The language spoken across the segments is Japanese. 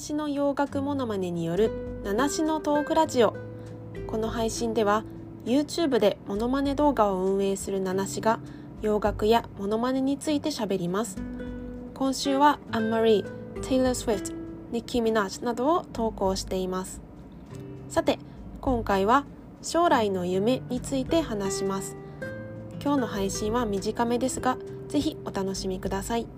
しの洋楽モノマネによる七しのトークラジオ。この配信では YouTube でモノマネ動画を運営する七しが洋楽やモノマネについて喋ります。今週はアンマリー、テイラー・スウィフト、ニッキー・ミナージなどを投稿しています。さて、今回は将来の夢について話します。今日の配信は短めですが、ぜひお楽しみください。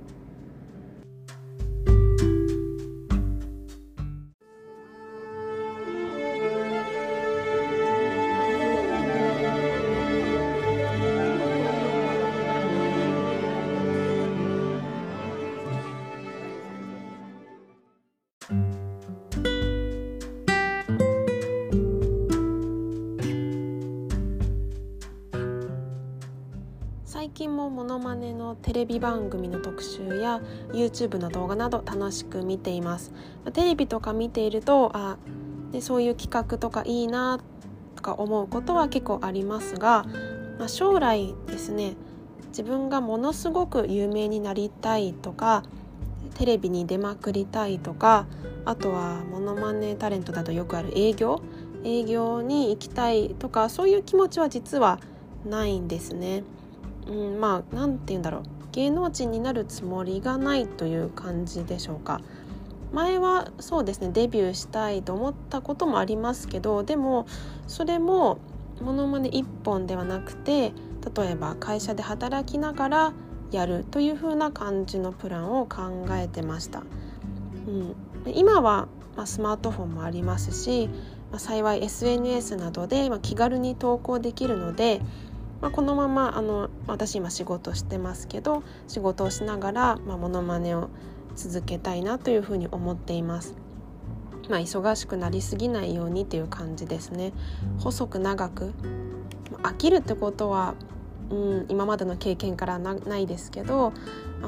最近もモノマネのテレビ番組の特集や YouTube の動画など楽しく見ています。テレビとか見ているとそういう企画とかいいなとか思うことは結構ありますが、将来ですね、自分がものすごく有名になりたいとか、テレビに出まくりたいとか、あとはモノマネタレントだとよくある営業に行きたいとか、そういう気持ちは実はないんですね。なんて言うんだろう、芸能人になるつもりがないという感じでしょうか。前はそうですね、デビューしたいと思ったこともありますけど、でもそれもモノマネ一本ではなくて、例えば会社で働きながらやるという風な感じのプランを考えてました。今はスマートフォンもありますし、幸い SNS などで気軽に投稿できるので、このまま私今仕事してますけど、仕事をしながらモノマネを続けたいなというふうに思っています。忙しくなりすぎないようにという感じですね。細く長く、飽きるってことは、今までの経験からないですけど、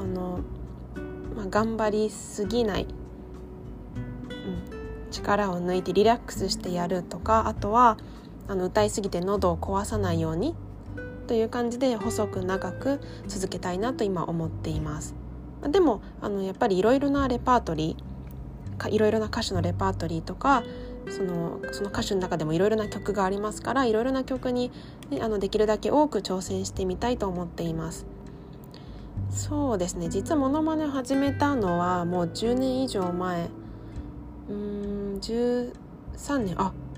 頑張りすぎない、力を抜いてリラックスしてやるとか、あとは歌いすぎて喉を壊さないようにという感じで細く長く続けたいなと今思っています。でもやっぱりいろいろなレパートリー、いろいろな歌手のレパートリーとか、その歌手の中でもいろいろな曲がありますから、いろいろな曲に、できるだけ多く挑戦してみたいと思っています。そうですね、実はモノマネを始めたのはもう10年以上前、13年、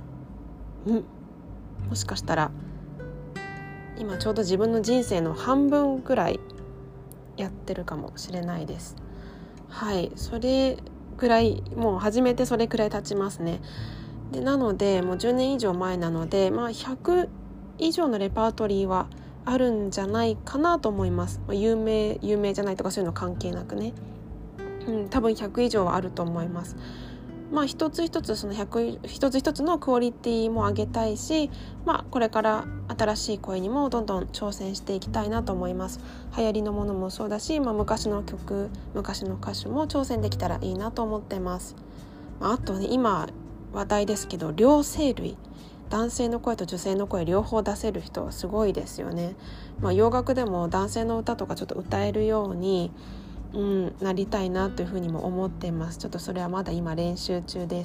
もしかしたら今ちょうど自分の人生の半分ぐらいやってるかもしれないです。それぐらい、もう始めてそれくらい経ちますね。でなのでもう10年以上前なので、100以上のレパートリーはあるんじゃないかなと思います。有名じゃないとかそういうの関係なくね、多分100以上はあると思います。一つ一つその一つ一つのクオリティも上げたいし、これから新しい声にもどんどん挑戦していきたいなと思います。流行りのものもそうだし、昔の曲、昔の歌手も挑戦できたらいいなと思ってます。あとね、今話題ですけど、両声類、男性の声と女性の声両方出せる人はすごいですよね。洋楽でも男性の歌とかちょっと歌えるようになりたいなというふうにも思っています。ちょっとそれはまだ今練習中です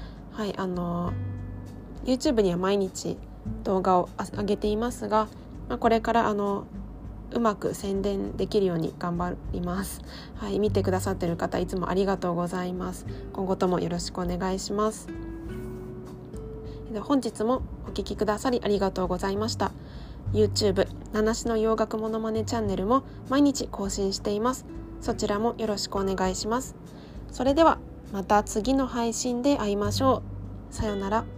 。YouTube には毎日動画を上げていますが、これからうまく宣伝できるように頑張ります。見てくださっている方、いつもありがとうございます。今後ともよろしくお願いします。本日もお聞きくださりありがとうございました。YouTube 七しの洋楽モノマネチャンネルも毎日更新しています。そちらもよろしくお願いします。それではまた次の配信で会いましょう。さようなら。